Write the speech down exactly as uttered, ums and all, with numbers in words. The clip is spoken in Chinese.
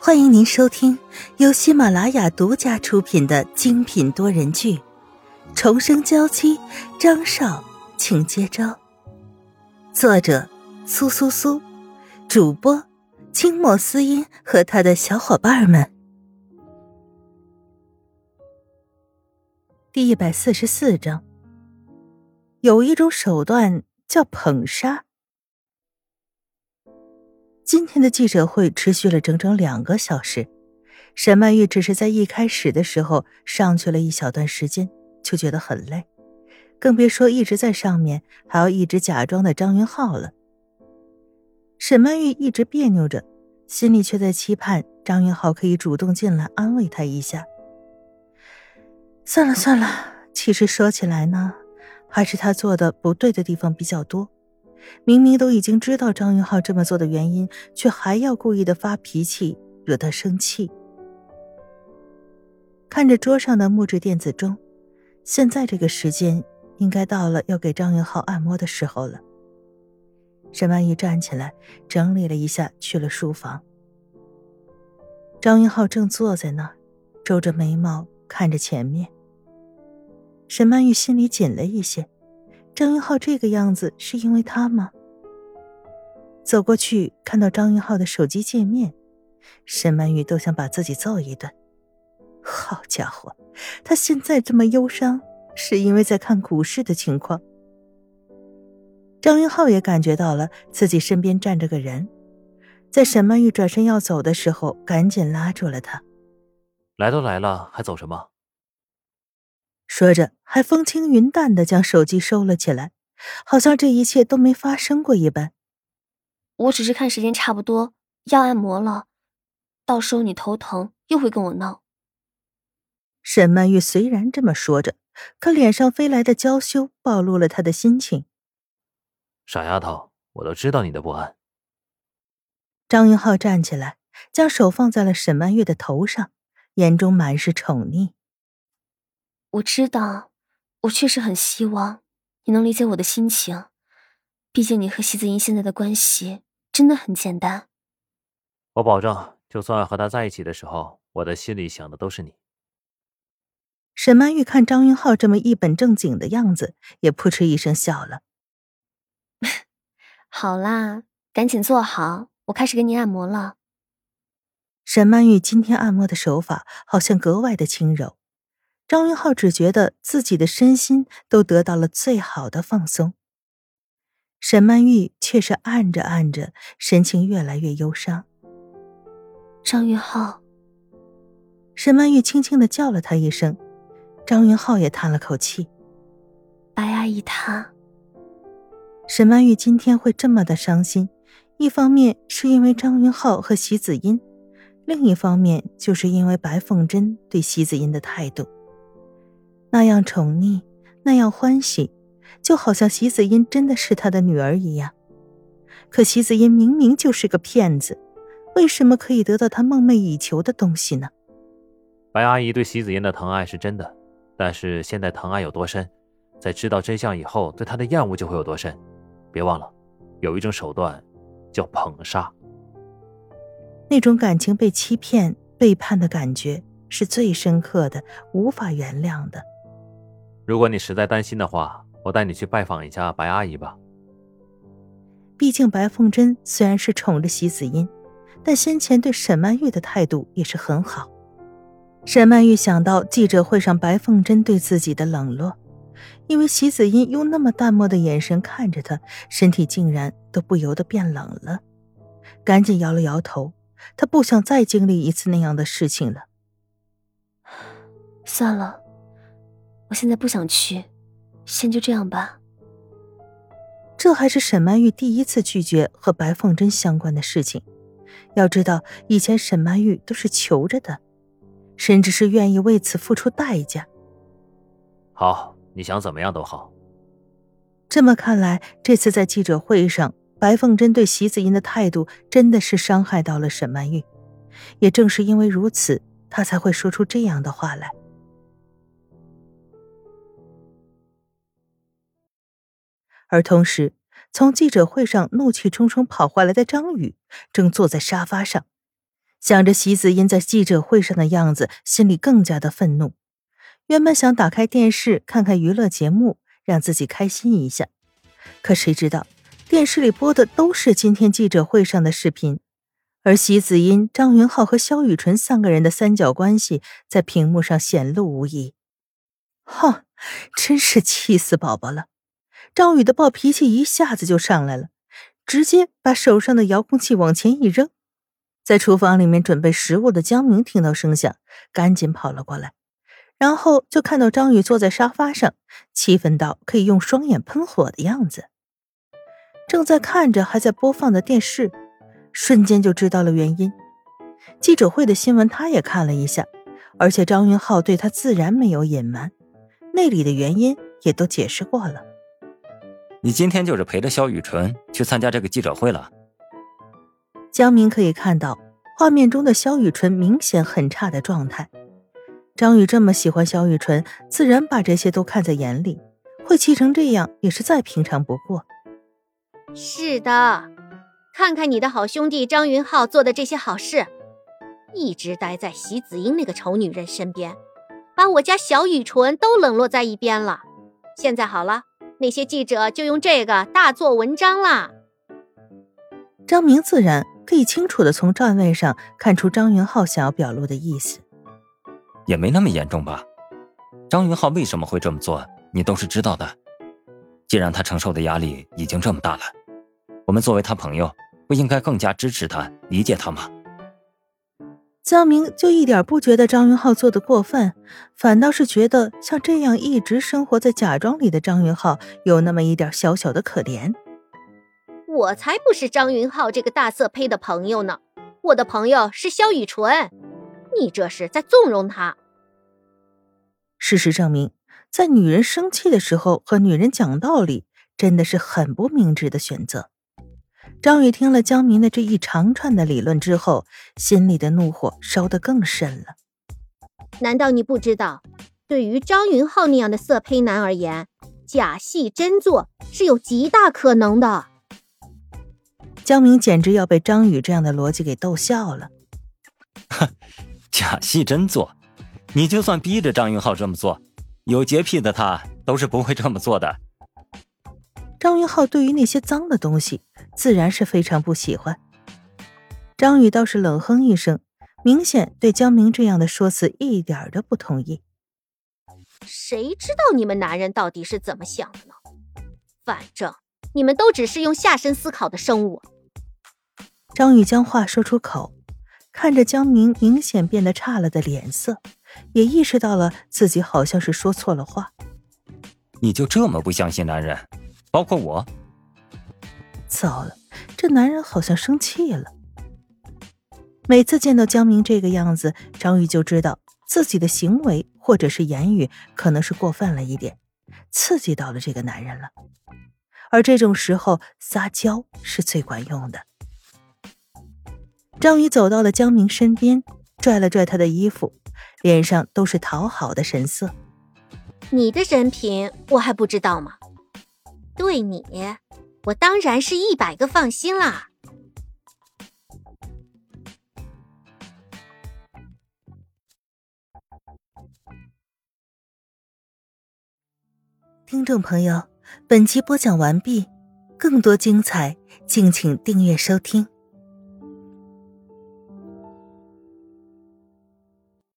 欢迎您收听由喜马拉雅独家出品的精品多人剧《重生娇妻》，张少，请接招。作者苏苏苏，主播清末思音和他的小伙伴们。第一百四十四章，有一种手段叫捧杀。今天的记者会持续了整整两个小时，沈曼玉只是在一开始的时候上去了一小段时间，就觉得很累，更别说一直在上面还要一直假装的张云浩了。沈曼玉一直别扭着，心里却在期盼张云浩可以主动进来安慰她一下。算了算了，其实说起来呢，还是他做的不对的地方比较多。明明都已经知道张云浩这么做的原因，却还要故意的发脾气，惹他生气。看着桌上的木质电子钟，现在这个时间应该到了要给张云浩按摩的时候了。沈曼玉站起来整理了一下，去了书房。张云浩正坐在那儿，皱着眉毛看着前面。沈曼玉心里紧了一些，张云浩这个样子是因为他吗？走过去看到张云浩的手机界面，沈曼玉都想把自己揍一顿。好家伙，他现在这么忧伤，是因为在看股市的情况。张云浩也感觉到了自己身边站着个人，在沈曼玉转身要走的时候，赶紧拉住了他。 来都来了，还走什么？ 说着还风轻云淡地将手机收了起来，好像这一切都没发生过一般。 我只是看时间差不多要按摩了，到时候你头疼又会跟我闹。 沈曼玉虽然这么说着，可脸上飞来的娇羞暴露了她的心情。 傻丫头，我都知道你的不安。 张云浩站起来，将手放在了沈曼玉的头上，眼中满是宠溺。 我知道，我确实很希望你能理解我的心情，毕竟你和席子英现在的关系真的很简单。 我保证，就算和他在一起的时候，我的心里想的都是你。 沈曼玉看张云浩这么一本正经的样子，也扑哧一声笑了。 好啦，赶紧坐好，我开始给你按摩了。 沈曼玉今天按摩的手法好像格外的轻柔，张云浩只觉得自己的身心都得到了最好的放松。沈曼玉却是按着按着，神情越来越忧伤。 张云浩。 沈曼玉轻轻地叫了他一声，张云浩也叹了口气。 白阿姨她。 沈曼玉今天会这么的伤心，一方面是因为张云浩和席子音，另一方面就是因为白凤珍对席子音的态度。那样宠溺，那样欢喜，就好像席子音真的是他的女儿一样。可席子音明明就是个骗子，为什么可以得到他梦寐以求的东西呢？ 白阿姨对席子音的疼爱是真的，但是现在疼爱有多深，在知道真相以后，对她的厌恶就会有多深。别忘了，有一种手段叫捧杀。 那种感情被欺骗、背叛的感觉是最深刻的，无法原谅的。 如果你实在担心的话，我带你去拜访一下白阿姨吧。 毕竟白凤珍虽然是宠着席子音，但先前对沈曼玉的态度也是很好。沈曼玉想到记者会上白凤珍对自己的冷落，因为席子音用那么淡漠的眼神看着她，身体竟然都不由得变冷了，赶紧摇了摇头，她不想再经历一次那样的事情了。 算了，我现在不想去，先就这样吧。 这还是沈曼玉第一次拒绝和白凤珍相关的事情。要知道，以前沈曼玉都是求着的，甚至是愿意为此付出代价。 好，你想怎么样都好。 这么看来，这次在记者会上，白凤珍对席子音的态度真的是伤害到了沈曼玉。也正是因为如此，她才会说出这样的话来。而同时，从记者会上怒气冲冲跑回来的张宇正坐在沙发上， 想着席子音在记者会上的样子，心里更加的愤怒。原本想打开电视看看娱乐节目，让自己开心一下，可谁知道电视里播的都是今天记者会上的视频，而席子音、张云浩和萧雨纯三个人的三角关系在屏幕上显露无遗。哼，真是气死宝宝了！张宇的暴脾气一下子就上来了，直接把手上的遥控器往前一扔。在厨房里面准备食物的江明听到声响，赶紧跑了过来，然后就看到张宇坐在沙发上，气愤到可以用双眼喷火的样子。正在看着还在播放的电视，瞬间就知道了原因。记者会的新闻他也看了一下，而且张云浩对他自然没有隐瞒，那里的原因也都解释过了。 你今天就是陪着萧雨纯去参加这个记者会了？ 江明可以看到画面中的萧雨纯明显很差的状态。张宇这么喜欢萧雨纯，自然把这些都看在眼里，会气成这样也是再平常不过。 是的，看看你的好兄弟张云浩做的这些好事，一直待在席子英那个丑女人身边，把我家小雨纯都冷落在一边了。现在好了，那些记者就用这个大做文章啦。 张明自然可以清楚地从站位上看出张云浩想要表露的意思。 也没那么严重吧？张云浩为什么会这么做，你都是知道的。既然他承受的压力已经这么大了，我们作为他朋友，不应该更加支持他、理解他吗？ 江明就一点不觉得张云浩做的过分，反倒是觉得像这样一直生活在假装里的张云浩有那么一点小小的可怜。 我才不是张云浩这个大色胚的朋友呢，我的朋友是萧雨纯，你这是在纵容他。 事实证明，在女人生气的时候和女人讲道理，真的是很不明智的选择。张宇听了江明的这一长串的理论之后，心里的怒火烧得更深了。 难道你不知道，对于张云浩那样的色胚男而言，假戏真做是有极大可能的。 江明简直要被张宇这样的逻辑给逗笑了。 哼，假戏真做？你就算逼着张云浩这么做，有洁癖的他都是不会这么做的。 张云浩对于那些脏的东西自然是非常不喜欢。张宇倒是冷哼一声，明显对江明这样的说辞一点都不同意。 谁知道你们男人到底是怎么想的呢？反正你们都只是用下身思考的生物。 张宇将话说出口，看着江明明显变得差了的脸色，也意识到了自己好像是说错了话。 你就这么不相信男人，包括我？ 糟了，这男人好像生气了。每次见到江明这个样子，张宇就知道自己的行为或者是言语可能是过分了一点，刺激到了这个男人了。而这种时候撒娇是最管用的。张宇走到了江明身边，拽了拽他的衣服，脸上都是讨好的神色。 你的人品我还不知道吗？对你，我当然是一百个放心啦。 听众朋友，本集播讲完毕，更多精彩，敬请订阅收听。